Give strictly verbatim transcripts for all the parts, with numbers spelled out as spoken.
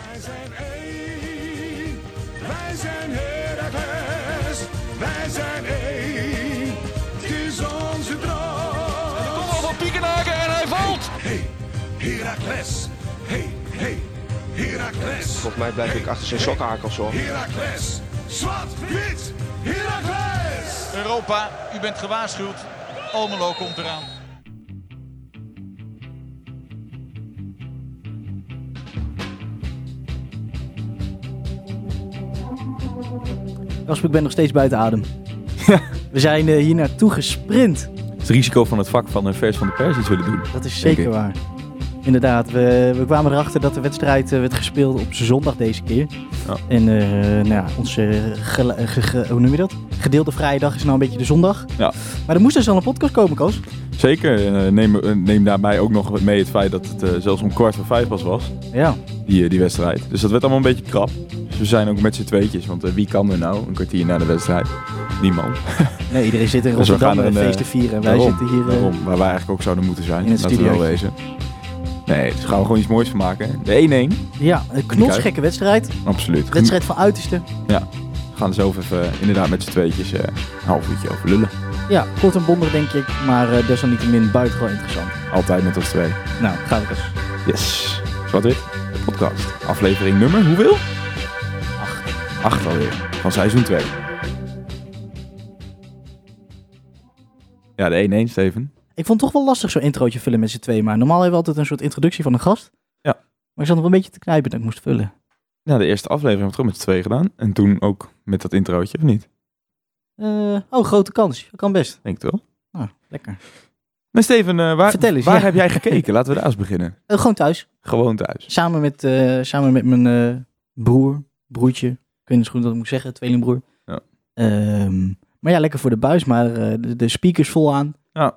Wij zijn één, wij zijn Heracles, wij zijn één, het is onze droom. En de kom al van Piekenhaken en hij valt. Hey, Heracles, hey, hey, Heracles. Volgens mij blijf ik achter zijn sokkenhakels hoor. Heracles, zwart-wit, Heracles. Europa, u bent gewaarschuwd. Almelo komt eraan. Kasper, ik ben nog steeds buiten adem. We zijn uh, hier naartoe gesprint. Het is het risico van het vak van een vers van de pers iets willen doen. Dat is zeker waar. Inderdaad, we, we kwamen erachter dat de wedstrijd uh, werd gespeeld op zondag deze keer. Ja. En uh, nou ja, onze gele, ge, ge, hoe noem je dat? gedeelde vrije dag is nou een beetje de zondag. Ja. Maar er moest dus al een podcast komen, Koos. Zeker. Uh, neem, uh, neem daarbij ook nog mee het feit dat het uh, zelfs om kwart voor vijf pas was. Ja. Die, uh, die wedstrijd. Dus dat werd allemaal een beetje krap. Dus we zijn ook met z'n tweetjes. Want uh, wie kan er nou een kwartier na de wedstrijd? Niemand. Nee, iedereen zit in Dus we Rotterdam gaan er een een, feest te vieren. En wij Daarom, zitten hier... Uh, daarom, waar wij eigenlijk ook zouden moeten zijn. in het Laten we wel studiootje. wezen. Nee, dus gaan we gewoon iets moois van maken. De één-één. Ja, een knotsgekke wedstrijd. Absoluut. Wedstrijd van uiterste. Ja. We gaan er zo even uh, inderdaad met z'n tweetjes uh, een half uurtje over lullen. Ja, kort en bondig denk ik, maar uh, desalniettemin buitengewoon interessant. Altijd met ons twee. Nou, gaan we eens. Yes. Zwart-wit, de podcast. Aflevering nummer, hoeveel? Acht. Acht alweer. Van seizoen twee. Ja, de één-één, Steven. Ik vond het toch wel lastig zo'n introotje vullen met z'n tweeën, maar normaal hebben we altijd een soort introductie van een gast. Ja. Maar ik zat nog een beetje te knijpen dat ik moest vullen. Ja, de eerste aflevering hebben we toch met z'n tweeën gedaan. En toen ook met dat introotje, of niet? Uh, oh, grote kans. Dat kan best. Denk het wel. Oh, lekker. Maar Steven, uh, waar, Vertel eens, waar ja. heb jij gekeken? Laten we daar eens beginnen. Uh, gewoon thuis. Gewoon thuis. Samen met, uh, samen met mijn uh, broer, broertje. Ik weet niet zo goed wat ik moet zeggen, tweelingbroer. Ja. Um, maar ja, lekker voor de buis, maar uh, de, de speakers vol aan. Ja.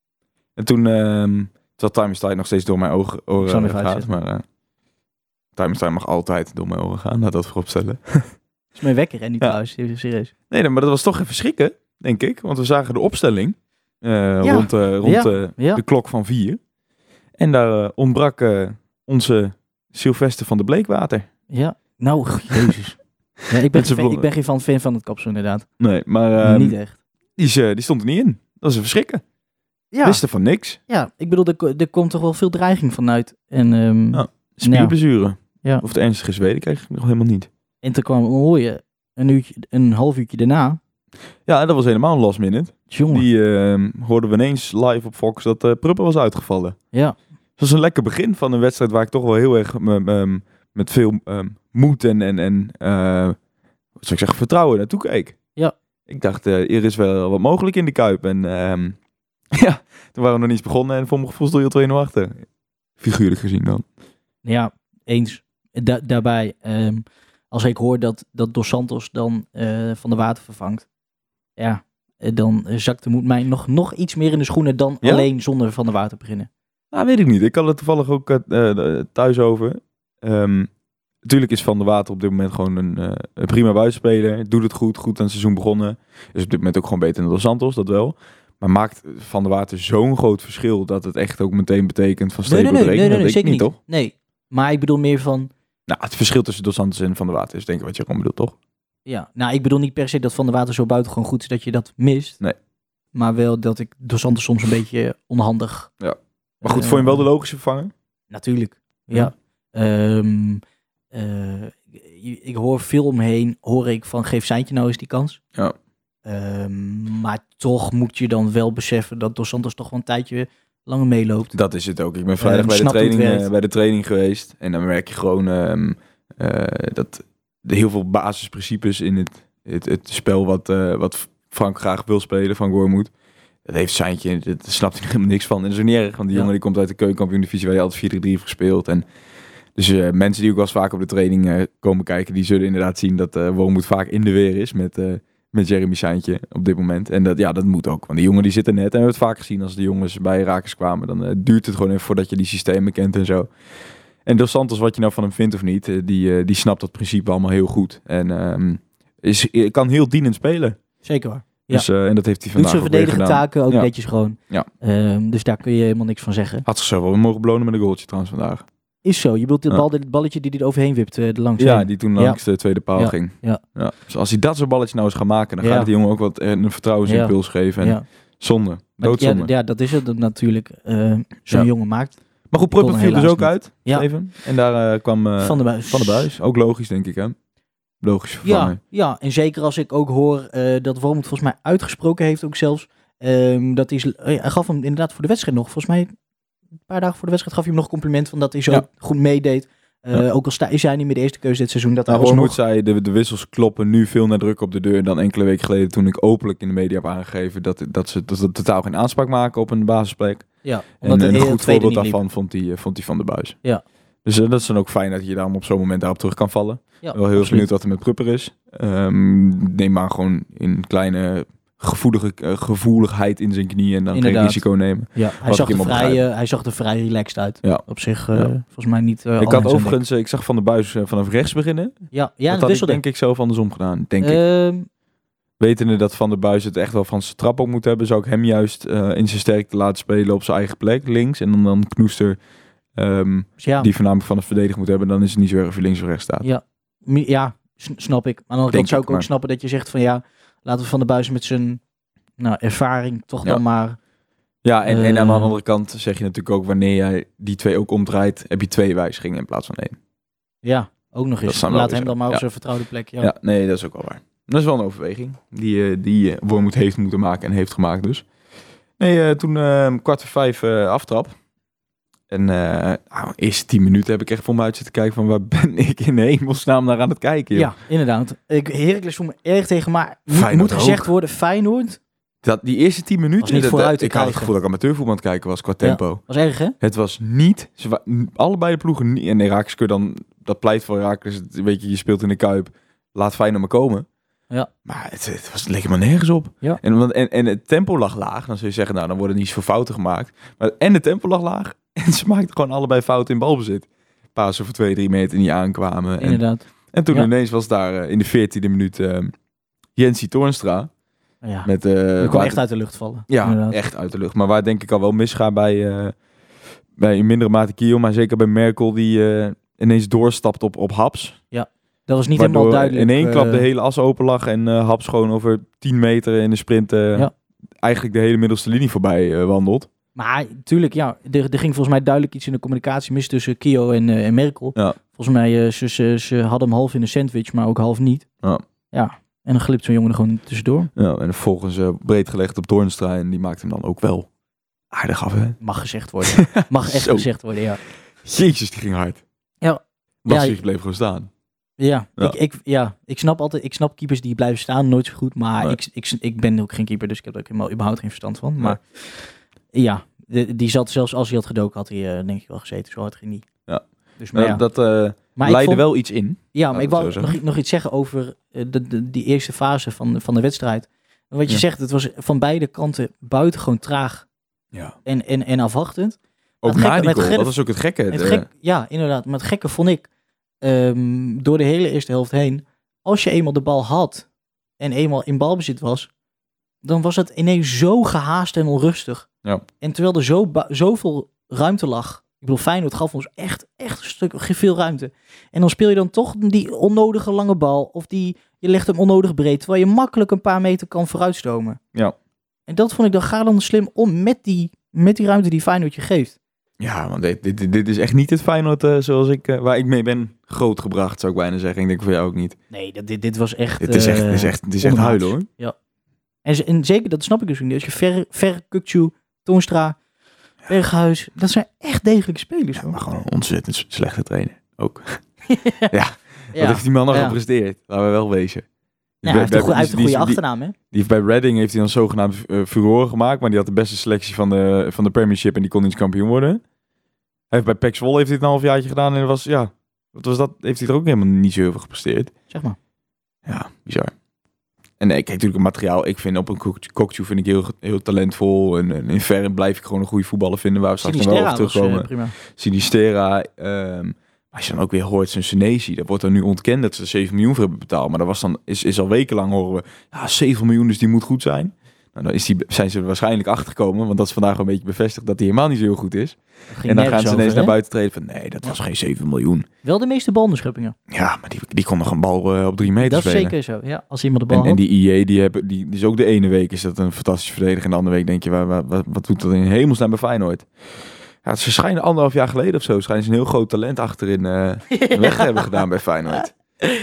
En toen, um, terwijl Time is Time nog steeds door mijn ogen, oren even gaat. Maar uh, Time is Time mag altijd door mijn oren gaan. Laat dat voorop stellen. Dat is mijn wekker en niet Ja. thuis, serieus. Nee, maar dat was toch even schrikken, denk ik. Want we zagen de opstelling uh, Ja. rond, uh, rond Ja. uh, Ja. de klok van vier. En daar uh, ontbrak uh, onze Sylvester van de Bleekwater. Ja, nou, jezus. Ja, ik, ben Met z'n geen, bloemen. ik ben geen fan, fan van het kapsel inderdaad. Nee, maar uh, niet echt. die, is, uh, die stond er niet in. Dat is een verschrikken. Ja, Wisten van niks. ja, ik bedoel, er, ko- er komt toch wel veel dreiging vanuit. En, um, Ja. Spierblessure. Ja. Of het ernstig is, weet ik eigenlijk nog helemaal niet. en toen kwam Mooie een, uurtje, een half uurtje daarna. Ja, dat was helemaal een last minute. Jongen, Die uh, hoorden we ineens live op Fox dat uh, Pruppen was uitgevallen. ja. Het was een lekker begin van een wedstrijd waar ik toch wel heel erg um, um, met veel um, moed en, en, en uh, wat zou ik zeggen, vertrouwen naartoe keek. Ja. Ik dacht, uh, er is wel wat mogelijk in de Kuip. En um, ja, toen waren we nog niet eens begonnen en voor mijn gevoel stond je al twee nul achter. Figuurlijk gezien dan. Ja, eens. Da- daarbij, um, als ik hoor dat, dat Dos Santos dan uh, Van der Water vervangt, ja, uh, dan uh, zakt de moed mij nog, nog iets meer in de schoenen dan Ja? alleen zonder Van der Water beginnen. Nou, weet ik niet. Ik had het toevallig ook uh, thuis over. Um, natuurlijk is Van der Water op dit moment gewoon een, uh, een prima buitenspeler. Doet het goed, goed aan het seizoen begonnen. Is op dit moment ook gewoon beter dan Dos Santos, dat wel. Maar maakt Van der Water zo'n groot verschil dat het echt ook meteen betekent van Nee, streep nee, nee, doorheen? nee, nee, Dat nee, denk ik zeker niet, niet. toch? Nee, maar ik bedoel meer van, Nou, het verschil tussen Dos Santos en Van der Water is denk ik wat je gewoon bedoelt, toch? ja, nou, ik bedoel niet per se dat Van der Water zo buitengewoon goed is dat je dat mist. Nee. Maar wel dat ik Dos Santos soms een beetje onhandig. Ja. Maar goed, Uh, vond je hem wel de logische vervanger? Natuurlijk, ja. Ehm, uh, ik, ik hoor veel omheen, hoor ik van geef Seintje nou eens die kans. Ja. Um, maar toch moet je dan wel beseffen dat Dos Santos toch wel een tijdje langer meeloopt. Dat is het ook. Ik ben vrijdag Um, bij, de snapt hoe het training, werkt. uh, bij de training geweest. En dan merk je gewoon um, uh, dat er heel veel basisprincipes in het, het, het spel wat, uh, wat Frank graag wil spelen van Goormoed. Dat heeft Seintje, daar snapt hij helemaal niks van. En dat is ook niet erg, want die Ja. jongen die komt uit de keukenkampioen-divisie waar hij altijd vier drie drie heeft gespeeld. En dus uh, mensen die ook wel eens vaak op de training uh, komen kijken, die zullen inderdaad zien dat uh, Wormoed vaak in de weer is met, uh, met Jeremy Seintje op dit moment. En dat, ja, dat moet ook, want die jongen die zit er net. En we hebben het vaak gezien als de jongens bij Rakers kwamen, dan uh, duurt het gewoon even voordat je die systemen kent en zo. En Dos Santos, wat je nou van hem vindt of niet, uh, die, uh, die snapt dat principe allemaal heel goed. En um, is, kan heel dienend spelen. Zeker waar. Ja. Dus, uh, en dat heeft hij Doet vandaag zijn ook weer verdedigende gedaan. taken ook Ja. netjes gewoon. Ja. Um, dus daar kun je helemaal niks van zeggen. Had zichzelf wel mogen belonen met een goaltje trouwens vandaag. Is zo. Je bedoelt dit Ja. bal, dit balletje die hij er overheen wipt, uh, de langs. Ja, die toen langs Ja. de tweede paal Ja. ging. Ja. Ja. Dus als hij dat zo'n balletje nou eens gaat maken, dan Ja. gaat die jongen ook wat eh, een vertrouwensimpuls geven. En Ja. zonde. Maar Doodzonde. Ja, ja, dat is het dat natuurlijk. Uh, zo'n Ja. jongen maakt. Maar goed, Prupper Kon viel dus helaas ook niet. uit. Ja. Even. En daar uh, kwam uh, Van de Buis. Van de Buis. Ook logisch, denk ik, hè? Logisch Ja, vervangen. ja, en zeker als ik ook hoor uh, dat Wormoed volgens mij uitgesproken heeft ook zelfs. Um, dat hij, hij gaf hem inderdaad voor de wedstrijd nog. Volgens mij een paar dagen voor de wedstrijd gaf hij hem nog compliment van dat hij zo Ja. goed meedeed. Uh, Ja. Ook al sta, is hij niet meer de eerste keuze dit seizoen. Dat hij Nou, alsnog... Wormoed zei, de, de wissels kloppen nu veel nadrukker op de deur dan enkele weken geleden toen ik openlijk in de media heb aangegeven dat, dat, ze, dat ze totaal geen aanspraak maken op een basisplek. Ja, En de een hele goed tweede voorbeeld niet daarvan vond hij, vond hij Van de Buis. Ja. Dus uh, dat is dan ook fijn dat je dan op zo'n moment daarop terug kan vallen. Ja, Wel heel absoluut. benieuwd wat er met Prupper is. Um, neem maar gewoon in kleine gevoelige, uh, gevoeligheid in zijn knieën en dan Inderdaad. geen risico nemen. Ja, hij Wat zag, ik er helemaal vrij, begrijp. uh, hij zag er vrij relaxed uit. Ja. Op zich uh, Ja. volgens mij niet... Uh, ik al had in zijn overigens, uh, ik zag Van de Buis uh, vanaf rechts beginnen. nek. Ja, ja dat dat had ik wisselde. denk ik zelf andersom gedaan, denk ik. Ehm, Wetende dat Van der Buis het echt wel van zijn trap op moet hebben, zou ik hem juist uh, in zijn sterkte laten spelen op zijn eigen plek, links. En dan, dan Knoester, um, dus ja, die voornamelijk van het verdedigen moet hebben. Dan is het niet zo erg of je links of rechts staat. ja, mi- ja, s- snap ik. Maar aan de andere Denk kant zou ik, ik ook maar- snappen dat je zegt van ja, laten we Van der Buis met zijn nou, ervaring toch Ja. dan maar... Ja, en, en aan de Uh, andere kant zeg je natuurlijk ook, wanneer jij die twee ook omdraait, heb je twee wijzigingen in plaats van één. Ja, ook nog Dat eens. zou wel Laat weer hem dan zijn. maar op Ja. zijn vertrouwde plek. Ja. Ja. nee, dat is ook wel waar. Dat is wel een overweging die, uh, die uh, Wormoed heeft moeten maken en heeft gemaakt dus. Nee, uh, toen uh, kwart voor vijf uh, aftrap. En uh, nou, de eerste tien minuten heb ik echt voor me uit zitten kijken van waar ben ik in de hemelsnaam naar aan het kijken. joh. Ja, inderdaad. Ik, Heracles voel me erg tegen, maar moet, Feyenoord moet gezegd ook. worden, Feyenoord Dat, die eerste tien minuten, Was niet dat- vooruit dat- te ik had het krijgen. gevoel dat ik amateurvoetbal aan het kijken was qua tempo. was erg, hè? Het was niet, ze wa- n- allebei de ploegen niet, en Heracles kun je dan, dat pleit voor Heracles, het- weet je, je speelt in de Kuip, laat Feyenoord maar komen. Ja. Maar het, het was, het leek helemaal nergens op. Ja. En, want- en, en het tempo lag laag, dan zou je zeggen, nou dan worden niet zoveel fouten gemaakt. Maar, en het tempo lag laag, en ze maakten gewoon allebei fouten in balbezit. Pasen voor twee, drie meter niet aankwamen. En, Inderdaad. en toen Ja. ineens was daar uh, in de veertiende minuut uh, Jensie Toornstra. Ja. Met, uh, Die kwam waar- echt uit de lucht vallen. ja, inderdaad. echt uit de lucht. Maar waar denk ik al wel misgaat bij, uh, bij in mindere mate Kiel, maar zeker bij Merkel die uh, ineens doorstapt op, op Haps. Dat was niet Waardoor helemaal duidelijk. in één klap eh, de hele as open lag en uh, Haps gewoon over tien meter in de sprint uh, Ja. eigenlijk de hele middelste linie voorbij uh, wandelt. Maar natuurlijk, ja, er, er ging volgens mij duidelijk iets in de communicatie mis tussen Kio en, uh, en Merkel. Ja. Volgens mij, uh, ze, ze, ze hadden hem half in een sandwich, maar ook half niet. Ja. Ja, en dan glipt zo'n jongen er gewoon tussendoor. Ja, en vervolgens uh, breed gelegd op Toornstra en die maakt hem dan ook wel aardig af, hè? Mag gezegd worden. Mag echt Zo. gezegd worden, ja. Jezus, die ging hard. Ja. Lastig Ja, bleef gewoon staan. Ja, Ja. Ik, ik, ja, ik snap altijd, ik snap keepers die blijven staan nooit zo goed, maar Nee. ik, ik, ik ben ook geen keeper, dus ik heb er ook helemaal überhaupt geen verstand van. Maar ja, de- die zat zelfs als hij had gedoken, had hij uh, denk ik wel gezeten, zo hard ging niet. Ja. Dus maar Maar ja, dat uh, maar ik leidde vond- wel iets in. ja, maar ik laten wou we het zo nog, zeggen. nog iets zeggen over uh, de, de, die eerste fase van, van de wedstrijd. Wat je Ja. zegt, het was van beide kanten buitengewoon traag Ja. en, en, en afwachtend. Ook het na gekke- die het goal, gekke- dat was ook het gekke. Het de- gek, ja, inderdaad. Maar het gekke vond ik, ehm, door de hele eerste helft heen, als je eenmaal de bal had en eenmaal in balbezit was, dan was het ineens zo gehaast en onrustig. Ja. En terwijl er zo ba- zoveel ruimte lag. Ik bedoel, Feyenoord gaf ons echt, echt een stuk veel ruimte. En dan speel je dan toch die onnodige lange bal. Of die, je legt hem onnodig breed. Terwijl je makkelijk een paar meter kan vooruitstomen. Ja. En dat vond ik, dan ga dan slim om met die, met die ruimte die Feyenoord je geeft. Ja, want dit, dit, dit is echt niet het Feyenoord uh, zoals ik, uh, waar ik mee ben grootgebracht, zou ik bijna zeggen. Ik denk voor jou ook niet. Nee, dat, dit, dit was echt... Dit is echt, eh, dit is echt, dit is echt ondermaats. huilen, hoor. En, ze- en zeker, dat snap ik dus niet. Als je Ver, Ver Kukçu, Toonstra, Berghuis, dat zijn echt degelijke spelers. Ja, hoor. maar gewoon een ontzettend s- slechte trainer. Ook. ja. Wat heeft die man nog Ja. gepresteerd? Laten we wel wezen. Ja, hij heeft een, goe- hij heeft een die- goede die- achternaam, hè? Die heeft bij Reading heeft hij dan zogenaamd uh, furoren gemaakt, maar die had de beste selectie van de, van de Premiership en die kon niet kampioen worden. Hij heeft bij P E C Zwolle heeft hij het een halfjaartje gedaan en dat was, ja, wat was dat? Heeft hij er ook helemaal niet zo heel veel gepresteerd. Zeg maar. Ja, bizar. En nee, kijk, natuurlijk het materiaal. Ik vind op een Kokju vind ik heel, heel talentvol. En, en in verre blijf ik gewoon een goede voetballer vinden waar we straks nog wel over Sinisterra was terugkomen. eh, prima. Sinistera. Um, als je dan ook weer hoort zijn Senesi, dat wordt dan nu ontkend dat ze zeven miljoen voor hebben betaald. Maar dat was dan, is, is al wekenlang horen we, ja, zeven miljoen, dus die moet goed zijn. Nou, dan is die, zijn ze er waarschijnlijk achtergekomen, want dat is vandaag een beetje bevestigd dat hij helemaal niet zo heel goed is. En dan gaan ze ineens naar buiten treden van nee, dat was geen zeven miljoen. Wel de meeste balonderschuppingen. Ja, maar die, die kon nog een bal uh, op drie meter dat spelen. Dat is zeker zo, ja. Als iemand de bal en, en had. die I E, die, hebben, die, die is ook de ene week is dat een fantastische verdediger. En de andere week denk je, waar, waar, wat, wat doet dat in hemelsnaam bij Feyenoord? Ja, ze schijnen anderhalf jaar geleden of zo, schijnen ze een heel groot talent achterin uh, ja. weg te hebben gedaan bij Feyenoord.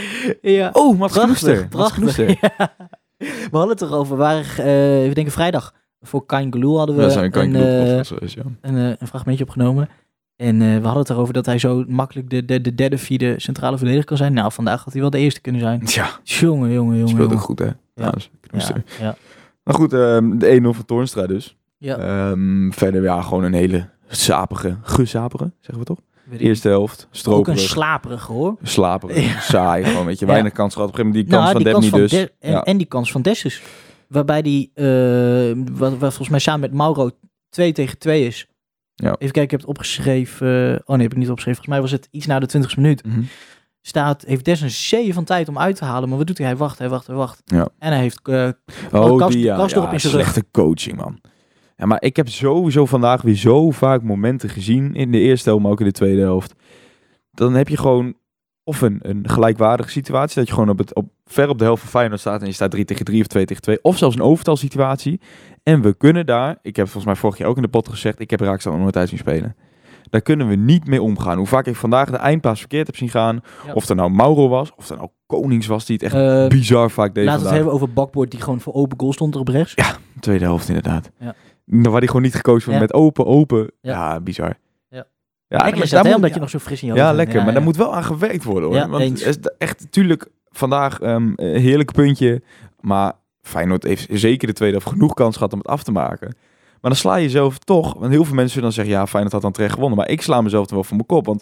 Ja. Oh, Mats Knoester. Mats Knoester. Ja. We hadden het erover, we waren, uh, we denken vrijdag, voor Kain Geloel hadden we ja, een, uh, is, ja. een, uh, een fragmentje opgenomen. En uh, we hadden het erover dat hij zo makkelijk de, de, de derde, vierde centrale verdediger kan zijn. Nou, vandaag had hij wel de eerste kunnen zijn. Ja. Jongen, jongen, jongen. Speelde ook goed, hè? Ja. Ja, ja, ja. Maar goed, um, de één nul van Toornstra dus. Ja. Um, verder, ja, gewoon een hele sapige, gesapige, zeggen we toch? Eerste helft, stroperig. Ook een slaperig, hoor. Slaperig, ja. Saai, gewoon, weet je, weinig ja. kans gehad. Op een gegeven moment die kans nou, van Debny dus. De- en, ja. en die kans van Dessus. Waarbij die, uh, wat, wat volgens mij samen met Mauro twee tegen twee is. Ja. Even kijken, ik heb het opgeschreven. Uh, oh nee, heb ik niet opgeschreven. Volgens mij was het iets na de twintigste minuut. Mm-hmm. Staat, heeft Des een zee van tijd om uit te halen. Maar wat doet hij? Hij wacht, hij wacht, hij wacht. Ja. En hij heeft uh, oh, Kast, die, ja. Kast ja, erop in zijn rug. Slechte coaching, man. Ja, maar ik heb sowieso vandaag weer zo vaak momenten gezien in de eerste helft, maar ook in de tweede helft. Dan heb je gewoon of een, een gelijkwaardige situatie, dat je gewoon op het, op, ver op de helft van Feyenoord staat en je staat drie tegen drie of twee tegen twee. Of zelfs een overtalsituatie. En we kunnen daar, ik heb volgens mij vorig jaar ook in de pot gezegd, ik heb Raakstad nog nooit uit zien spelen. Daar kunnen we niet mee omgaan. Hoe vaak ik vandaag de eindpaas verkeerd heb zien gaan. Ja. Of er nou Mauro was, of er nou Konings was, die het echt uh, bizar vaak deed. Laten we het hebben over Bakboord, die gewoon voor open goal stond er op rechts. Ja, tweede helft inderdaad. Ja. Waar hij gewoon niet gecoacht wordt ja. met open, open. Ja, ja bizar. Ja. Ja, lekker is dat, hè, omdat je nog zo fris in je hoofd Ja, bent. lekker. Ja, maar ja. daar moet wel aan gewerkt worden, hoor. Ja, Want eens. het is echt natuurlijk vandaag um, een heerlijk puntje. Maar Feyenoord heeft zeker de tweede helft genoeg kans gehad om het af te maken. Maar dan sla je jezelf toch... Want heel veel mensen zullen dan zeggen... Ja, Feyenoord had dan terecht gewonnen. Maar ik sla mezelf er wel voor mijn kop. Want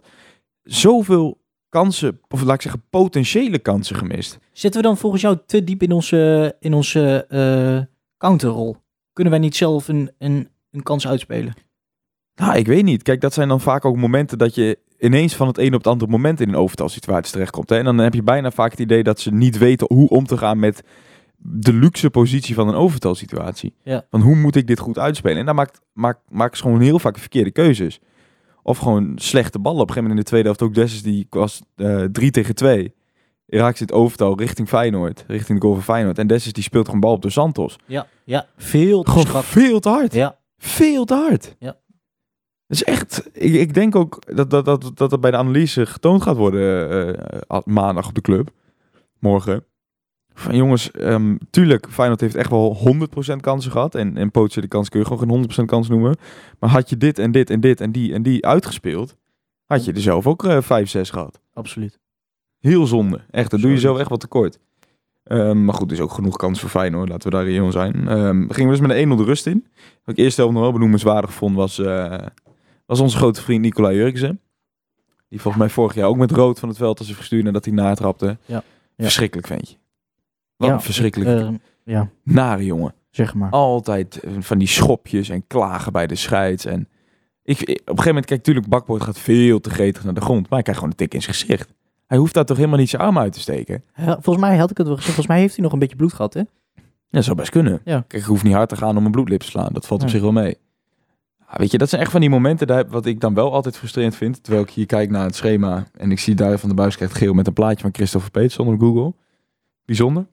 zoveel kansen... Of laat ik zeggen, potentiële kansen gemist. Zitten we dan volgens jou te diep in onze, in onze uh, counterrol? Kunnen wij niet zelf een, een, een kans uitspelen? Nou, ik weet niet. Kijk, dat zijn dan vaak ook momenten dat je ineens van het een op het andere moment in een overtalsituatie terechtkomt. Hè? En dan heb je bijna vaak het idee dat ze niet weten hoe om te gaan met de luxe positie van een overtalsituatie. Ja. Van hoe moet ik dit goed uitspelen? En dan maakt, maakt, maakt ze gewoon heel vaak verkeerde keuzes. Of gewoon slechte ballen. Op een gegeven moment in de tweede helft ook Dessus, die was uh, drie tegen twee. Raakt zit overtal richting Feyenoord, richting de goal van Feyenoord. En Dessus die speelt gewoon bal op de Santos. Ja, ja, veel te gewoon schat. veel te hard. Ja. Veel te hard. Ja. Dat is echt, ik, ik denk ook dat dat, dat dat dat bij de analyse getoond gaat worden uh, maandag op de club. Morgen. Van jongens, um, tuurlijk, Feyenoord heeft echt wel honderd procent kansen gehad. En, en potentiële kans kun je gewoon geen honderd procent kans noemen. Maar had je dit en dit en dit en die en die uitgespeeld, had je er zelf ook uh, vijf, zes gehad. Absoluut. Heel zonde. Echt, dat doe je zelf echt wat tekort. Um, maar goed, er is ook genoeg kans voor Feyenoord. Laten we daar reëel zijn. Um, gingen we dus met een één nul de rust in. Wat ik eerst helft nog wel benoemenswaardig vond, was, uh, was onze grote vriend Nicolai Jurgensen. Die volgens mij vorig jaar ook met rood van het veld als hij verstuurde nadat hij natrapte. Ja. Ja. Verschrikkelijk ventje. Wat ja, een verschrikkelijk uh, ja. nare jongen. Zeg maar. Altijd van die schopjes en klagen bij de scheids. En ik, op een gegeven moment, kijk, natuurlijk, Bakboord gaat veel te gretig naar de grond. Maar hij krijgt gewoon een tik in zijn gezicht. Hij hoeft daar toch helemaal niet zijn arm uit te steken? Ja, volgens mij had ik het wel gezegd. Volgens mij heeft hij nog een beetje bloed gehad, hè? Ja, dat zou best kunnen. Ja. Kijk, ik hoef niet hard te gaan om een bloedlip te slaan. Dat valt ja. op zich wel mee. Ja, weet je, dat zijn echt van die momenten daar, wat ik dan wel altijd frustrerend vind. Terwijl ik hier kijk naar het schema en ik zie daar van de Buis krijgt geel met een plaatje van Christopher Peets onder Google. Bijzonder.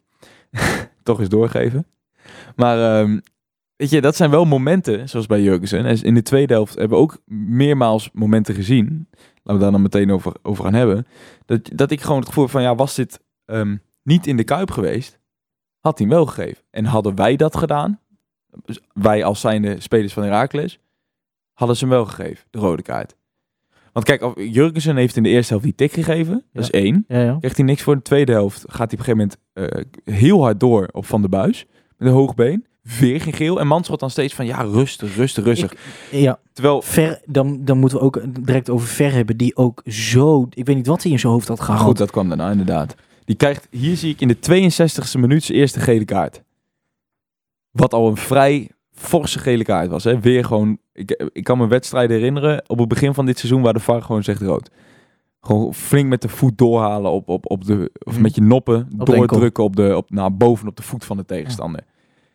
Toch eens doorgeven. Maar um, weet je, dat zijn wel momenten, zoals bij Jurgensen. En in de tweede helft hebben we ook meermaals momenten gezien. Laten we daar dan meteen over, over gaan hebben. Dat, dat ik gewoon het gevoel van, ja, was dit um, niet in de Kuip geweest, had hij hem wel gegeven. En hadden wij dat gedaan, wij als zijnde spelers van Heracles, hadden ze hem wel gegeven, de rode kaart. Want kijk, Jurgensen heeft in de eerste helft die tik gegeven. Ja. Dat is één. Ja, ja. Krijgt hij niks voor. In de tweede helft gaat hij op een gegeven moment uh, heel hard door op Van der Buis. Met een hoogbeen. Weer geen geel. En Manschot dan steeds van, ja, rustig, rustig, rustig. Ik, ja. Terwijl... Ver, dan, dan moeten we ook direct over Ver hebben, die ook zo... Ik weet niet wat hij in zijn hoofd had gehaald. Goed, dat kwam daarna inderdaad. Die krijgt, hier zie ik in de tweeënzestigste minuut zijn eerste gele kaart. Wat al een vrij forse gele kaart was. Hè? Weer gewoon... Ik, ik kan me wedstrijden herinneren op het begin van dit seizoen waar de V A R gewoon zegt rood. Gewoon flink met de voet doorhalen op, op, op de... Of hmm. met je noppen op doordrukken op de, op, nou, bovenop de voet van de tegenstander. Ja.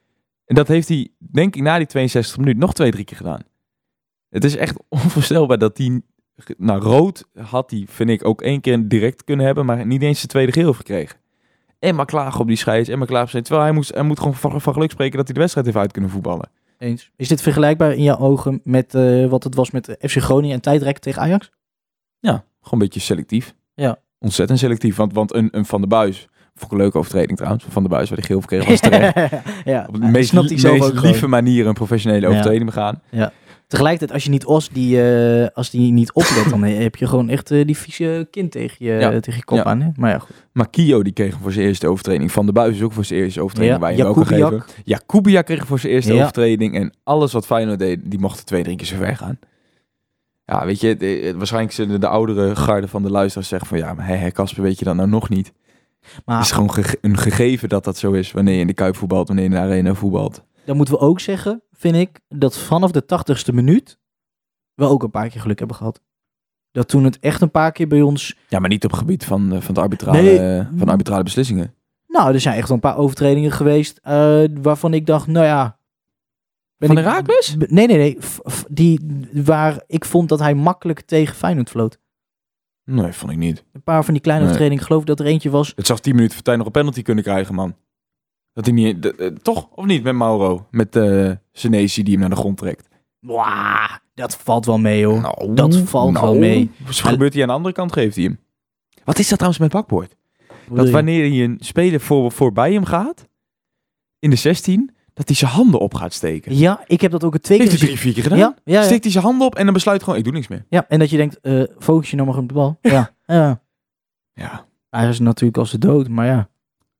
En dat heeft hij, denk ik, na die tweeënzestig minuten nog twee, drie keer gedaan. Het is echt onvoorstelbaar dat hij... Nou, rood had hij, vind ik, ook één keer direct kunnen hebben, maar niet eens de tweede geel gekregen. En maar klagen op die scheids, en maar klagen op zijn... Terwijl hij, moest, hij moet gewoon van, van geluk spreken dat hij de wedstrijd heeft uit kunnen voetballen. Eens. Is dit vergelijkbaar in jouw ogen met uh, wat het was met F C Groningen en tijdrekken tegen Ajax? Ja, gewoon een beetje selectief. Ja. Ontzettend selectief, want, want een, een Van der Buis... Vond ik een leuke overtreding trouwens. Van der Buis waar die geel voor kreeg was terecht. ja, Op de meest, snapt hij zelf meest ook lieve gewoon. manier een professionele overtreding begaan. Ja. Tegelijkertijd, als je niet Os die, uh, als die niet oplet, dan heb je gewoon echt uh, die vieze kind tegen je, Ja. tegen je kop Ja. aan. Hè? Maar ja, goed. Maar Kio die kreeg hem voor zijn eerste overtreding. Van der Buis is ook voor zijn eerste overtreding. Ja. Waar je hem ook kan Jakubiak. geven. Ja, Kubiak kreeg hem voor zijn eerste Ja. overtreding. En alles wat Feyenoord deed, die mochten twee, drie keer zo ver gaan. Ja, weet je, de, waarschijnlijk zullen de oudere garde van de luisteraars zeggen van... Ja, maar hé, hé, Kasper, weet je dat nou nog niet? Maar Het is gewoon ge- een gegeven dat dat zo is wanneer je in de Kuip voetbalt, wanneer je in de Arena voetbalt. dan moeten we ook zeggen, vind ik, dat vanaf de tachtigste minuut we ook een paar keer geluk hebben gehad. Dat toen het echt een paar keer bij ons... Ja, maar niet op het gebied van, uh, van, de arbitrale, Nee. uh, van de arbitrale beslissingen. Nou, er zijn echt wel een paar overtredingen geweest uh, waarvan ik dacht, nou ja... ben Van ik- Heracles? b- Nee, nee, nee. F- f- die, waar ik vond dat hij makkelijk tegen Feyenoord floot. Nee, vond ik niet. Een paar van die kleine Nee. overtredingen. Ik geloof dat er eentje was... Het zou tien minuten voor tijd nog een penalty kunnen krijgen, man. Dat hij niet... de- uh, toch? Of niet? Met Mauro. Met uh, Senesi die hem naar de grond trekt. Wauw, dat valt wel mee, hoor. Nou, Dat valt nou, wel mee. Wat gebeurt hij aan de andere kant? Geeft hij hem. Wat is dat trouwens met Bakboord? Hoe bedoel Dat je? wanneer hij een speler voor, voorbij hem gaat, in de zestien, dat hij zijn handen op gaat steken. Ja, ik heb dat ook een twee keer Heeft hij gezien. drie, vier keer gedaan? Ja, ja, ja. Steekt hij zijn handen op en dan besluit gewoon, ik doe niks meer. ja, en dat je denkt, eh focus je nou maar op de bal. Ja, ja. Ja. Hij is natuurlijk als de dood, maar ja,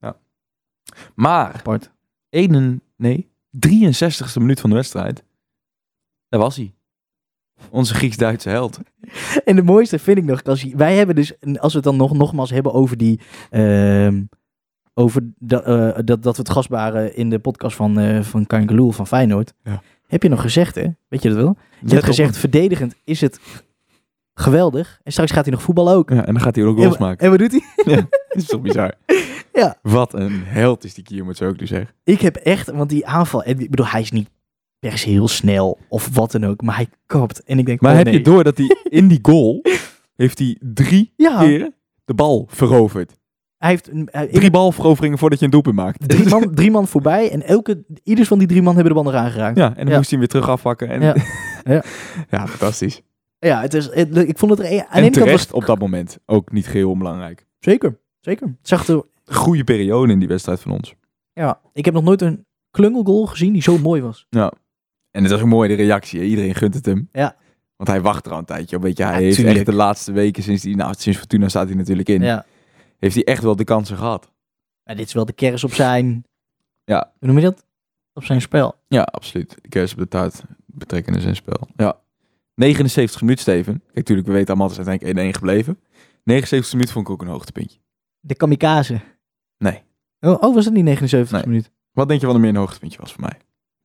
Maar, apart. één, nee, drieënzestigste minuut van de wedstrijd, daar was hij. Onze Grieks-Duitse held. En de mooiste vind ik nog, als je, wij hebben dus, als we het dan nog, nogmaals hebben over die, ehm, over da, eh, dat, dat we het gast waren in de podcast van, eh van Kangeloel van Feyenoord. Ja. Heb je nog gezegd, hè? Weet je dat wel? Je Let hebt op gezegd, hem. verdedigend is het geweldig. En straks gaat hij nog voetballen ook. Ja, en dan gaat hij ook En, goals wa- maken. en wat doet hij? Ja, dat is toch bizar. Ja. Wat een held is die Kier, moet ze ook dus zeggen. Ik heb echt, want die aanval, en ik bedoel, hij is niet per se heel snel of wat dan ook, maar hij kapt. En ik denk, Maar oh, heb nee. je door dat hij in die goal, heeft hij drie Ja. keer de bal veroverd. Hij heeft een, hij- Drie balveroveringen voordat je een doelpunt maakt. drie, man, drie man voorbij en elke, ieders van die drie man hebben de bal eraan geraakt. Ja, en dan Ja. moest hij hem weer terug afpakken. En... Ja. Ja. Ja. fantastisch. Ja, het is, het- ik vond het er een, aan de En ene kant was terecht op dat moment ook niet geheel onbelangrijk. zeker, zeker. Het zag er, Goede periode in die wedstrijd van ons. ja, ik heb nog nooit een klungelgoal gezien die zo mooi was. Ja. En het was ook mooi de reactie. Hè? Iedereen gunt het hem. Ja. Want hij wacht er al een tijdje op. Weet je, hij Ja, heeft tuurlijk. echt de laatste weken sinds die, nou, sinds Fortuna staat hij natuurlijk in. Ja. Heeft hij echt wel de kansen gehad. Maar dit is wel de kers op zijn, Ja. hoe noem je dat? Op zijn spel. Ja, absoluut. De kers op de taart betrekken in zijn spel. Ja. negenenzeventig minuten, Steven. Kijk, natuurlijk, we weten allemaal, het is uiteindelijk één-één gebleven. negenenzeventig minuten vond ik ook een hoogtepuntje. De kamikaze. Nee. Oh, oh was het niet negenenzeventig Nee. minuut? Wat denk je wat er meer een hoogtepuntje was voor mij?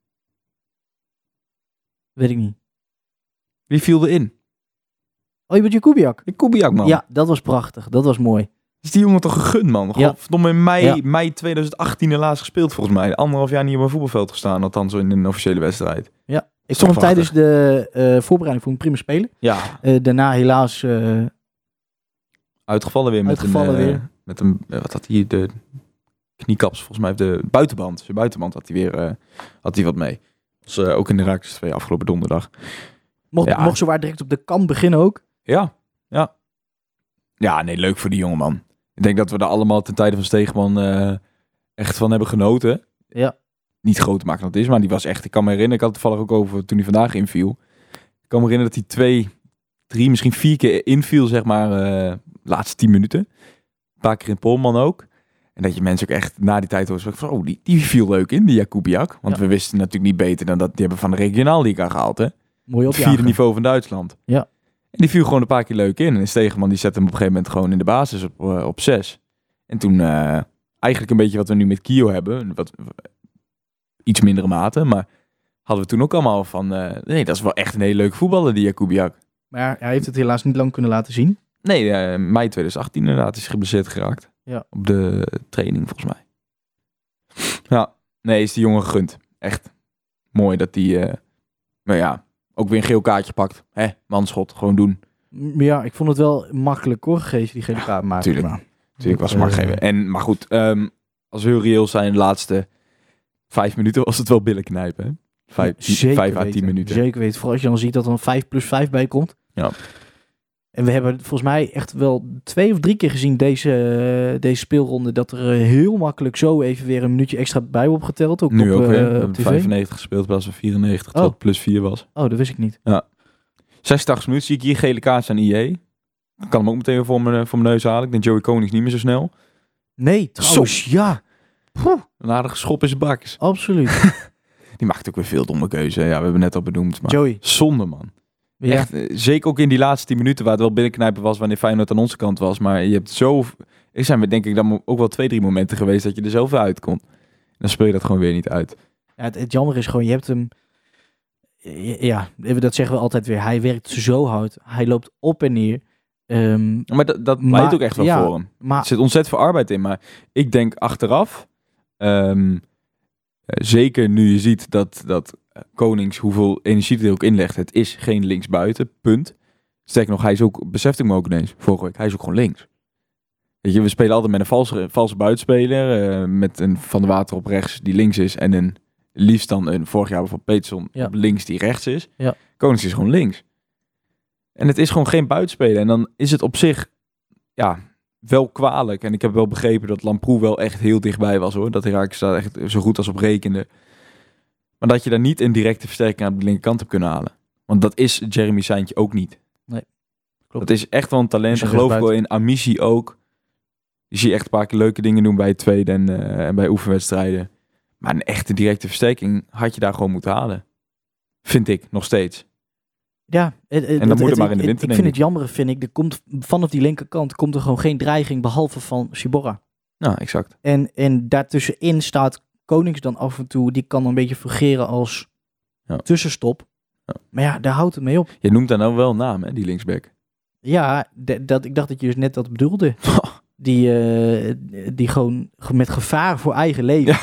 Weet ik niet. Wie viel erin? Oh, je bent Jakubiak. De Kubiak, man. Ja, dat was prachtig. Dat was mooi. Is die jongen toch gegund, man? Ja. Godverdomme, in mei, Ja. mei tweeduizend achttien helaas gespeeld, volgens mij. Anderhalf jaar niet op een voetbalveld gestaan, althans zo in een officiële wedstrijd. Ik Is vond hem toch tijdens de eh, voorbereiding voor een prima spelen. Ja. Eh, daarna helaas eh, Uitgevallen weer met Uitgevallen een... eh, weer. Met een... eh, wat had hij? De kniekaps, volgens mij. Of de buitenband. Zijn buitenband had hij weer... eh, had hij wat mee. Dus eh, ook in de Raakles twee afgelopen donderdag. mocht, Ja. mocht zowaar direct op de kant beginnen ook. Ja. Ja. Ja, nee, leuk voor die jongen, man. Ik denk dat we er allemaal ten tijde van Stegeman eh, echt van hebben genoten. Ja. Niet groot te maken dat het is, maar die was echt... Ik kan me herinneren, ik had het toevallig ook over toen hij vandaag inviel. Ik kan me herinneren dat hij twee, drie, misschien vier keer inviel, zeg maar, eh laatste tien minuten. Een paar keer in Polman ook. En dat je mensen ook echt na die tijd hoort van, oh, die, die viel leuk in, die Jakubiak. Want Ja. we wisten natuurlijk niet beter dan dat die hebben van de regionaal Liga gehaald, hè. Mooi Het op vierde niveau van Duitsland. Ja. En die viel gewoon een paar keer leuk in. En Stegeman die zette hem op een gegeven moment gewoon in de basis op, uh, op zes. En toen uh, eigenlijk een beetje wat we nu met Kio hebben. Wat, iets mindere mate. Maar hadden we toen ook allemaal van... Uh, nee, dat is wel echt een hele leuke voetballer, die Jakubiak. Maar hij heeft het helaas niet lang kunnen laten zien. Nee, uh, mei tweeduizend achttien inderdaad is geblesseerd geraakt. Ja. Op de training volgens mij. Ja, nee, is die jongen gegund. echt mooi dat hij, uh, nou ja, ook weer een geel kaartje pakt. Hè, manschot, gewoon doen. Ja, ik vond het wel makkelijk hoor, gegeven die gele kaart maken. Tuurlijk, maar, tuurlijk was het uh, maar geven. En, maar goed, um, als we heel reëel zijn, de laatste vijf minuten was het wel billen knijpen. Hè? Vijf, ja, zeker vijf à weten, tien minuten. Zeker weten, vooral als je dan ziet dat er een vijf plus vijf bij komt. Ja. En we hebben volgens mij echt wel twee of drie keer gezien deze, uh, deze speelronde dat er uh, heel makkelijk zo even weer een minuutje extra bij wordt geteld. Ook Nu op, ook uh, weer. We op hebben tv. vijfennegentig gespeeld in plaats van vierennegentig, terwijl het plus vier was. Oh, dat wist ik niet. Ja. zesentachtig minuten zie ik hier gele kaart aan I E. Ik kan hem ook meteen weer voor mijn, voor mijn neus halen. Ik denk Joey Konings niet meer zo snel. Nee, trouwens, ja. Poeh. Een aardige schop in zijn bakjes. Absoluut. Die maakt ook weer veel domme keuze. Ja, we hebben net al benoemd. Maar Joey. zonde, man. Ja. Echt, eh, zeker ook in die laatste tien minuten waar het wel binnenknijpen was wanneer Feyenoord aan onze kant was. Maar je hebt zo... Er zijn we denk ik dan ook wel twee, drie momenten geweest dat je er zelf weer uit kon. Dan speel je dat gewoon weer niet uit. Ja, het, het jammer is gewoon, je hebt hem... Ja, dat zeggen we altijd weer. Hij werkt zo hard. Hij loopt op en neer. Um, maar dat, dat maar, leidt ook echt wel ja, voor hem. Maar, er zit ontzettend veel arbeid in. Maar ik denk achteraf... Um, zeker nu je ziet dat, dat Konings hoeveel energie hij er ook inlegt. Het is geen linksbuiten, punt. Sterker nog, hij is ook, besefte ik me ook ineens vorige week, hij is ook gewoon links. Weet je, we spelen altijd met een valse, valse buitenspeler. Uh, met een Van der Water op rechts die links is. En een liefst dan een vorig jaar van Peterson ja. op links die rechts is. Ja. Konings is gewoon links. En het is gewoon geen buitenspeler. En dan is het op zich ja, wel kwalijk. En ik heb wel begrepen dat Lamproe wel echt heel dichtbij was hoor. Dat Heracles daar echt zo goed als op rekende. Maar dat je daar niet een directe versterking aan de linkerkant hebt kunnen halen. Want dat is Jeremy Saintje ook niet. Nee, klopt. Dat is echt wel een talent. Ik geloof wel in Amici ook. Je ziet echt een paar keer leuke dingen doen bij het tweede en, uh, en bij oefenwedstrijden. Maar een echte directe versterking had je daar gewoon moeten halen. Vind ik, nog steeds. Ja, het, en dan het, moet het maar in de winter. Ik, ik vind het jammer, vind ik. Er komt, vanaf die linkerkant komt er gewoon geen dreiging, behalve van Ciborra. Nou, exact. En, en daartussenin staat Konings dan af en toe, die kan een beetje fungeren als ja. tussenstop. Ja. Maar ja, daar houdt het mee op. Je noemt daar nou wel een naam, hè, die linksback. Ja, d- dat, ik dacht dat je dus net dat bedoelde. Die, uh, die gewoon met gevaar voor eigen leven.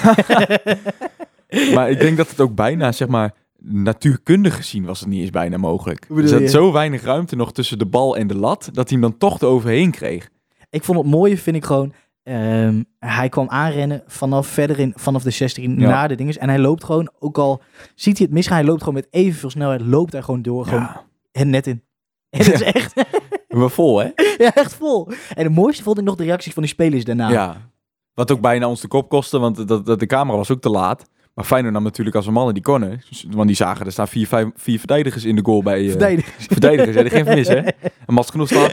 Ja. Maar ik denk dat het ook bijna, zeg maar, natuurkundig gezien was het niet eens bijna mogelijk. Er zat zo weinig ruimte nog tussen de bal en de lat, dat hij hem dan toch eroverheen kreeg. Ik vond het mooie, vind ik gewoon, um, hij kwam aanrennen vanaf verder in, vanaf de zestien ja. naar de dinges. En hij loopt gewoon, ook al ziet hij het misgaan, hij loopt gewoon met evenveel snelheid, loopt hij gewoon door, gewoon ja. het net in. En dat is echt... Maar vol, hè? Ja, echt vol. En het mooiste vond ik nog de reacties van die spelers daarna. Ja, wat ook bijna ons de kop kostte, want dat, dat, de camera was ook te laat. Maar Feyenoord nam natuurlijk als een man in die corner. Want die zagen, er staan vier, vijf, vier verdedigers in de goal bij... Uh, verdedigers. Verdedigers, ja, die geen vermis, hè? En Mats Knoes staat...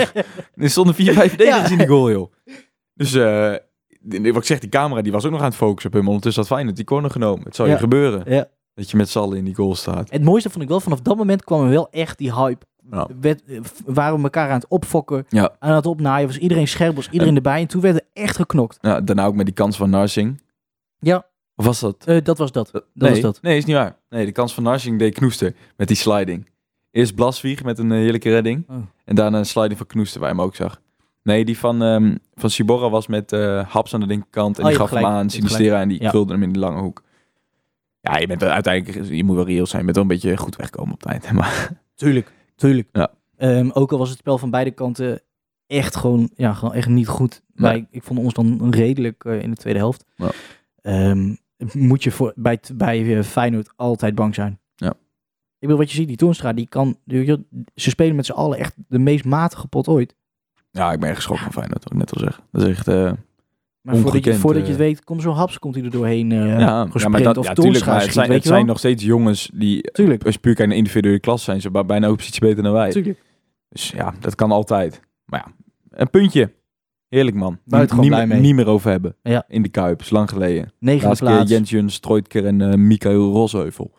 er stonden vier, vijf verdedigers ja. in die goal, joh. Dus, uh, wat ik zeg, die camera die was ook nog aan het focussen op hem. Ondertussen had Feyenoord die corner genomen. Het zou ja. je gebeuren. Ja. Dat je met z'n allen in die goal staat. Het mooiste vond ik wel, vanaf dat moment kwam er wel echt die hype. Ja. Werd, waren we elkaar aan het opfokken, ja. aan het opnaaien. Was iedereen scherp, was iedereen en, erbij. En toen werd er echt geknokt. Ja, daarna ook met die kans van Narsing. Ja. Of was dat? Uh, dat was dat. dat, nee, was dat. Nee, is niet waar. Nee, de kans van Narsing deed Knoester met die sliding. Eerst Blaswieg met een uh, heerlijke redding. Oh. En daarna een sliding van Knoester, waar je hem ook zag. Nee, die van, um, van Ciborra was met uh, Haps aan de linkerkant. En oh, die gaf gelijk, hem aan Sinistera en die ja. vulde hem in de lange hoek. Ja, je bent uiteindelijk, je moet wel reëel zijn. Je bent wel een beetje goed wegkomen op het eind. Maar... Tuurlijk, tuurlijk. Ja. Um, ook al was het spel van beide kanten echt gewoon, ja, gewoon echt niet goed. Nee. Wij, ik vond ons dan redelijk uh, in de tweede helft. Ja. Um, moet je voor, bij, bij uh, Feyenoord altijd bang zijn. Ja. Ik bedoel, wat je ziet, die Toornstra, die kan, die, ze spelen met z'n allen echt de meest matige pot ooit. Ja, ik ben echt geschrokken ja. van Feyenoord, ik net al zeggen. Dat is echt uh, Maar voordat je, voordat je het weet, komt zo'n Haps, komt hij er doorheen uh, ja, gesprint ja, maar dat, of ja, Toornstra het schiet, zijn, weet het je wel? zijn nog steeds jongens die, tuurlijk. als je puur kijkt naar individuele klas zijn, ze bijna ook iets beter dan wij. Tuurlijk. Dus ja, dat kan altijd. Maar ja, een puntje. Heerlijk, man. Buitengewoon niet, blij mee. Niet meer over hebben. Ja. In de Kuip. Is lang geleden. Negende Laatste plaats. keer Jens Jun, Strooitker en uh, Michael Rosheuvel.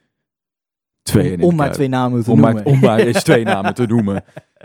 Twee om, in om maar Kuip. twee namen te om noemen. Maar, om maar eens twee namen te noemen.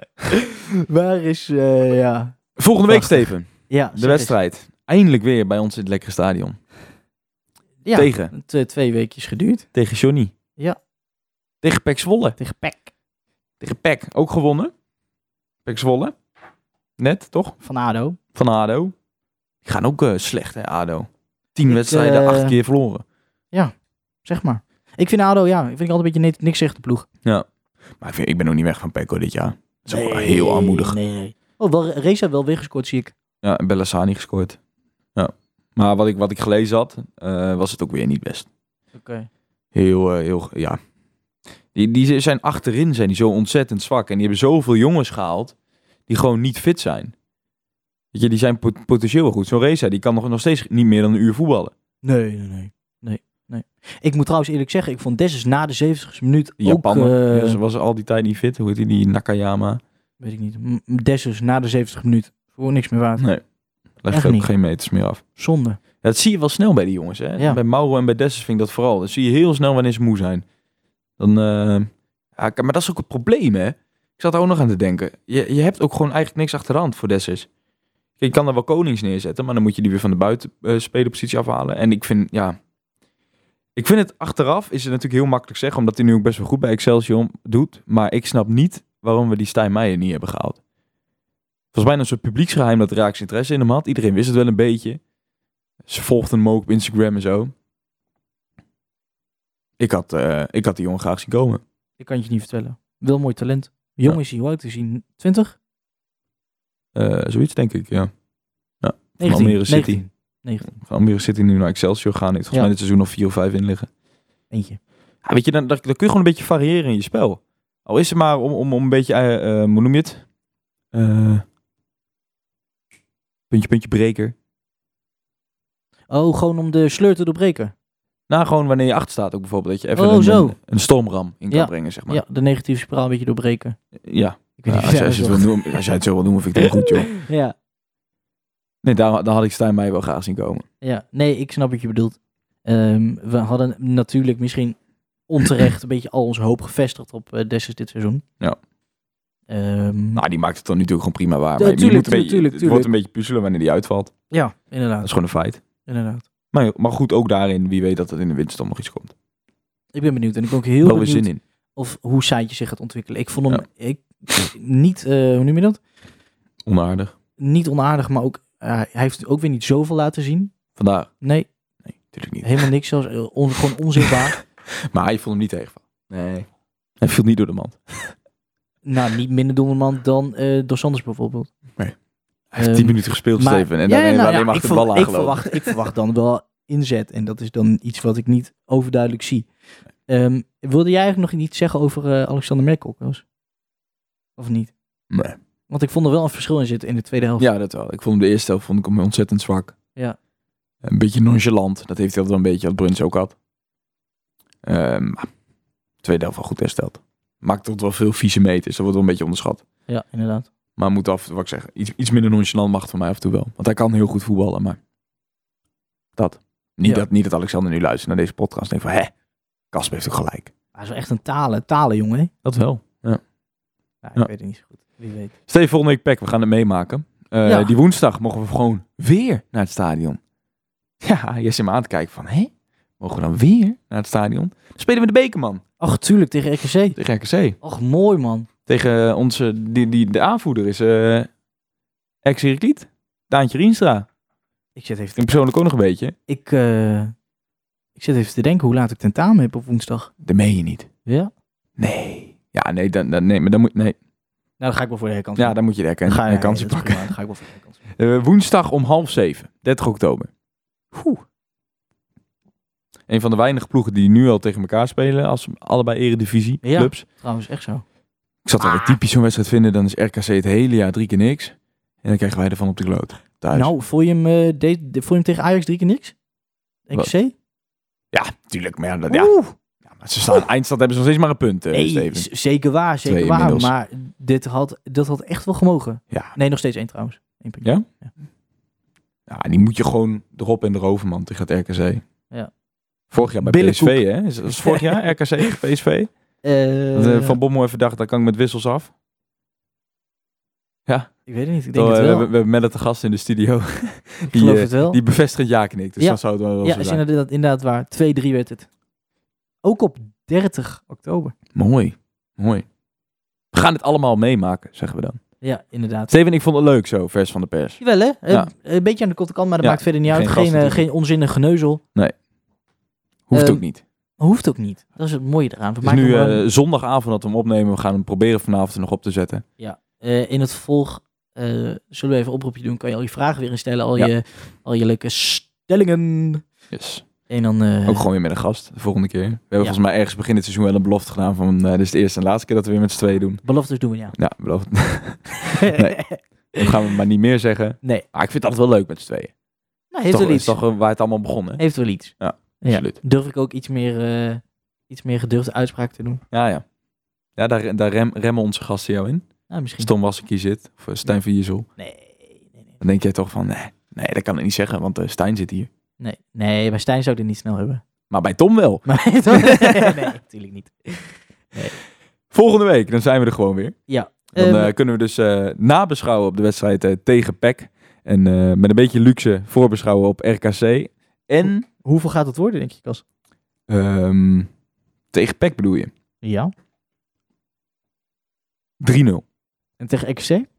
Waar is, uh, ja... Volgende week, Steven. Ja, de wedstrijd. Eens. Eindelijk weer bij ons in het lekkere stadion. Ja, tegen? T- twee weekjes geduurd. Tegen Johnny. Ja. Tegen Pek Zwolle. Tegen Pek. Tegen Pek. Ook gewonnen. Pek Zwolle. Net, toch? Van ADO. Van ADO. Die gaan ook uh, slecht, hè, ADO. Tien Ik, wedstrijden, uh, acht keer verloren. Ja. Zeg maar. Ik vind ADO, ja, vind ik altijd een beetje niks zegt de ploeg. Ja. Maar ik, vind, ik ben nog niet weg van Pecco dit jaar. Dat is ook wel heel armoedig. Nee, nee. Oh, wel, Reza wel weer gescoord, zie ik. Ja, en Bellassani gescoord. Ja. Maar wat ik, wat ik gelezen had, uh, was het ook weer niet best. Oké. Okay. Heel, uh, heel, ja. Die, die zijn achterin zijn die zo ontzettend zwak. En die hebben zoveel jongens gehaald die gewoon niet fit zijn. Weet je, die zijn pot- potentieel wel goed. Zo'n Reza, die kan nog, nog steeds niet meer dan een uur voetballen. Nee, nee, nee. nee, nee. Ik moet trouwens eerlijk zeggen, ik vond Dessus na de zeventigste minuut Japaner, ook... Uh, dus was al die tijd niet fit. Hoe heet die, die Nakayama? Weet ik niet. Dessus na de zeventigste minuut. Voor niks meer waard. Nee. Leg ook geen meters meer af. Zonde. Ja, dat zie je wel snel bij die jongens. Hè? Ja. Bij Mauro en bij Dessus vind ik dat vooral. Dat zie je heel snel wanneer ze moe zijn. Dan, uh, ja, maar dat is ook het probleem, hè. Ik zat er ook nog aan te denken. Je, je hebt ook gewoon eigenlijk niks achter de hand voor Dessus. Je kan er wel Konings neerzetten, maar dan moet je die weer van de buitenspelerpositie uh, afhalen. En ik vind, ja... Ik vind het achteraf, is het natuurlijk heel makkelijk zeggen, omdat hij nu ook best wel goed bij Excelsior doet. Maar ik snap niet waarom we die Stijn Meijer niet hebben gehaald. Het was bijna een soort publieksgeheim dat Raaks interesse in hem had. Iedereen wist het wel een beetje. Ze volgden hem ook op Instagram en zo. Ik had, uh, ik had die jongen graag zien komen. Ik kan het je niet vertellen. Wel mooi talent. Jong ja. is hij, hoe oud is hij? twintig? Uh, zoiets denk ik, ja. ja. Van negentien, Almere City. negentien. negentien. Van Almere City nu naar Excelsior gaan. Heeft volgens ja. mij dit seizoen nog vier of vijf in liggen. Eentje. Ja, weet je, dan, dan, dan kun je gewoon een beetje variëren in je spel. Al is het maar om, om, om een beetje, uh, uh, hoe noem je het? Uh, puntje, puntje, breker. Oh, gewoon om de sleur te doorbreken? Nou, gewoon wanneer je achter staat ook bijvoorbeeld. Dat je even oh, een, zo. een, een stormram in kan ja. brengen, zeg maar. Ja, de negatieve spiraal een beetje doorbreken. Ja. Ik weet ja, niet als, als, je het wil noemen, als jij het zo wil noemen, vind ik het heel goed, joh. Ja. Nee, daar, daar had ik Stijn mij wel graag zien komen. Ja, nee, ik snap wat je bedoelt. Um, we hadden natuurlijk misschien onterecht een beetje al onze hoop gevestigd op uh, Dessus dit seizoen. Ja. Um, nou, die maakt het dan natuurlijk gewoon prima waar. Ja, maar tuurlijk, je moet een tuurlijk, beetje, tuurlijk, het wordt een beetje puzzelen wanneer die uitvalt. Ja, inderdaad. Dat is gewoon een feit. Inderdaad. Maar, maar goed, ook daarin, wie weet dat er in de winterstorm nog iets komt. Ik ben benieuwd en ik ben ook heel wel benieuwd weer zin in. Of hoe Saintje zich gaat ontwikkelen. Ik vond hem ja. ik, niet, uh, hoe noem je dat? Onaardig. Niet onaardig, maar ook, uh, hij heeft ook weer niet zoveel laten zien. Vandaag? Nee. Nee, natuurlijk niet. Helemaal niks, zelfs, uh, on, gewoon onzichtbaar. Maar hij vond hem niet tegenvallen. Nee. Hij viel niet door de mand. Nou, niet minder doelman dan uh, Dos Santos bijvoorbeeld. Nee. Hij heeft um, tien minuten gespeeld, maar, Steven. En ja, dan ja, nou, alleen ja, maar ik, de bal ik, verwacht, ik verwacht dan wel inzet. En dat is dan iets wat ik niet overduidelijk zie. Um, wilde jij eigenlijk nog iets zeggen over uh, Alexander Merkel? Of niet? Nee. Want ik vond er wel een verschil in zitten in de tweede helft. Ja, dat wel. Ik vond hem de eerste helft vond ik hem ontzettend zwak. Ja. Een beetje nonchalant. Dat heeft hij altijd wel een beetje, wat Bruns ook had. Um, tweede helft wel goed hersteld. Maakt tot wel veel vieze meters. Dat wordt wel een beetje onderschat. Ja, inderdaad. Maar moet af, wat ik zeg, iets, iets minder nonchalant mag het van mij af en toe wel. Want hij kan heel goed voetballen, maar dat. Niet, ja. dat, niet dat Alexander nu luistert naar deze podcast en denkt van, hè, Kasper heeft ook gelijk. Hij is wel echt een talen, talen jongen, hè? Dat wel, ja. ja ik ja. weet het niet zo goed, wie weet. Steven, volgende week Pek, we gaan het meemaken. Uh, ja. Die woensdag mogen we gewoon weer naar het stadion. Ja, je zit me aan te kijken van, hé, mogen we dan weer naar het stadion? Dan spelen we de beker, man. Ach, tuurlijk, tegen R K C. Tegen R K C. Ach, mooi, man. Tegen onze, die, die, de aanvoerder is uh, ex-Heracliet, Daantje Rienstra. Ik zit even te... persoonlijk ook nog een beetje. Ik, uh, ik zit even te denken hoe laat ik tentamen heb op woensdag. Dat meen je niet. Ja? Nee. Ja, nee, dan, dan, nee maar dan moet... Nee. Nou, dan ga ik wel voor de herkansing. Ja, dan moet je de herkansing ja, ja, pakken. Dan ga ik wel voor de herkansing. Uh, woensdag om half zeven, dertig oktober. Oeh. Een van de weinige ploegen die nu al tegen elkaar spelen als allebei eredivisie ja, clubs. Trouwens, echt zo. Ik zat wel ah. typisch zo'n wedstrijd vinden, dan is R K C het hele jaar drie keer niks. En dan krijgen wij ervan op de kloot. Thuis. Nou, voel je hem, uh, de, de, voel je hem tegen Ajax drie keer niks? R K C? Ja, tuurlijk. Maar ja, dat, ja. ja maar ze staan eindstand hebben ze nog steeds maar een punt. Uh, nee, Steven. zeker waar, zeker Twee waar. inmiddels. Maar dit had, dat had echt wel gemogen. Ja. Nee, nog steeds één trouwens. Eén puntje. Ja? Ja? Ja, die moet je gewoon erop en erover, man, tegen het R K C. Ja. Vorig jaar bij P S V, hè? Is dat vorig jaar R K C, P S V? Uh, dat, uh, Van Bommel even dacht, daar kan ik met wissels af. Ja. Ik weet het niet, ik denk Zo, het uh, wel. We, we hebben Melle te gast in de studio. Ik die, geloof uh, het wel. Die bevestigt ja knikt, dus ja. dat zou het wel, wel ja, zo is zijn. Ja, inderdaad, inderdaad waar. twee drie werd het. Ook op dertig oktober. Mooi, mooi. We gaan het allemaal meemaken, zeggen we dan. Ja, inderdaad. Steven, ik vond het leuk zo, vers van de pers. Jawel hè? Ja. Uh, een beetje aan de korte kant, maar dat ja. maakt verder niet uit. Geen, geen, uh, geen onzinnig geneuzel. Nee. Hoeft um, ook niet. Hoeft ook niet. Dat is het mooie eraan. We Het is maken nu hem gewoon- uh, zondagavond dat we hem opnemen. We gaan hem proberen vanavond er nog op te zetten. Ja, uh, in het volg uh, zullen we even een oproepje doen. Kan je al je vragen weer instellen, al, Ja. je, al je leuke stellingen. Yes. En dan... Uh, Ook gewoon weer met een gast de volgende keer. We hebben Ja. volgens mij ergens begin dit seizoen wel een belofte gedaan van uh, dit is de eerste en laatste keer dat we weer met z'n tweeën doen. beloftes doen we, ja. Ja, belofte. Nee. Dan gaan we maar niet meer zeggen. Nee. Maar ik vind het altijd wel leuk met z'n tweeën. Nou, Is heeft toch, wel is iets. toch uh, waar het allemaal begonnen? Heeft wel iets. Ja, Ja. absoluut. Durf ik ook iets meer, uh, iets meer gedurfde uitspraak te doen? Ja, ja. Ja, daar, daar rem, remmen onze gasten jou in. Nou, misschien. Als Tom Wassekie zit, of uh, Stijn van Iersel. Nee, nee, nee. Dan denk jij toch van, nee, nee dat kan ik niet zeggen, want uh, Stijn zit hier. Nee, nee, bij Stijn zou ik dit niet snel hebben. Maar bij Tom wel. Maar nee, natuurlijk niet. Volgende week, dan zijn we er gewoon weer. Ja. Dan Um, uh, kunnen we dus uh, nabeschouwen op de wedstrijd uh, tegen P E C. En uh, met een beetje luxe voorbeschouwen op R K C. En hoeveel gaat het worden, denk je, Kas? um, tegen P E C bedoel je? Ja. drie nul. En tegen R K C?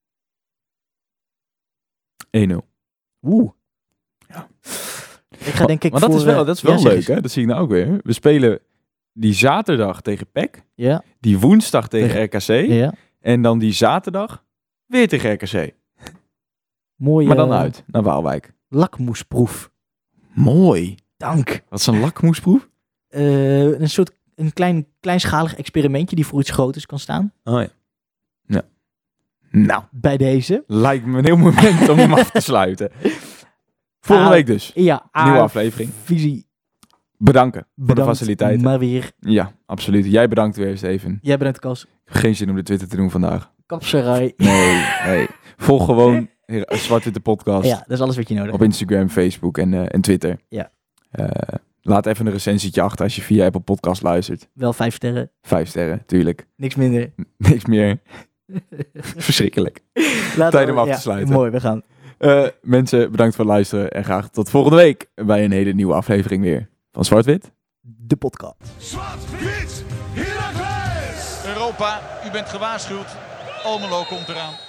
één nul. Oeh. Ja. Ik ga denk ik Maar dat voor, is wel, uh, dat is wel ja, zeg leuk, eens. hè? Dat zie ik nou ook weer. We spelen die zaterdag tegen P E C. Ja, Die woensdag tegen Tegen- R K C. ja. En dan die zaterdag weer tegen R K C. Mooie Maar dan uit, naar Waalwijk. lakmoesproef. Mooi. Dank. Wat is een lakmoesproef? Uh, een soort een klein, kleinschalig experimentje die voor iets groters kan staan. Oh ja. Ja. Nou, Bij deze. lijkt me een heel moment om hem af te sluiten. Volgende Ah, week dus. Ja, Nieuwe ah, aflevering. Visie. Bedanken voor de Bedankt, faciliteiten. maar weer. Ja, absoluut. Jij bedankt weer, Steven. Jij bedankt, Kas. Ik heb geen zin om de Twitter te doen vandaag. Kapserij. Nee, nee. Volg gewoon Zwart-Witte Podcast. Ja, dat is alles wat je nodig Op hebt. Instagram, Facebook en, uh, en Twitter. Ja. Uh, laat even een recensietje achter als je via Apple Podcast luistert. Wel vijf sterren. Vijf sterren, tuurlijk. Niks minder. Niks meer. Verschrikkelijk. Laten Tijd we- om af te ja, sluiten. Mooi, we gaan. Uh, mensen, bedankt voor het luisteren. En graag tot volgende week bij een hele nieuwe aflevering weer van Zwart-Wit. De podcast. Zwart-wit, Heracles! Europa, u bent gewaarschuwd. Almelo komt eraan.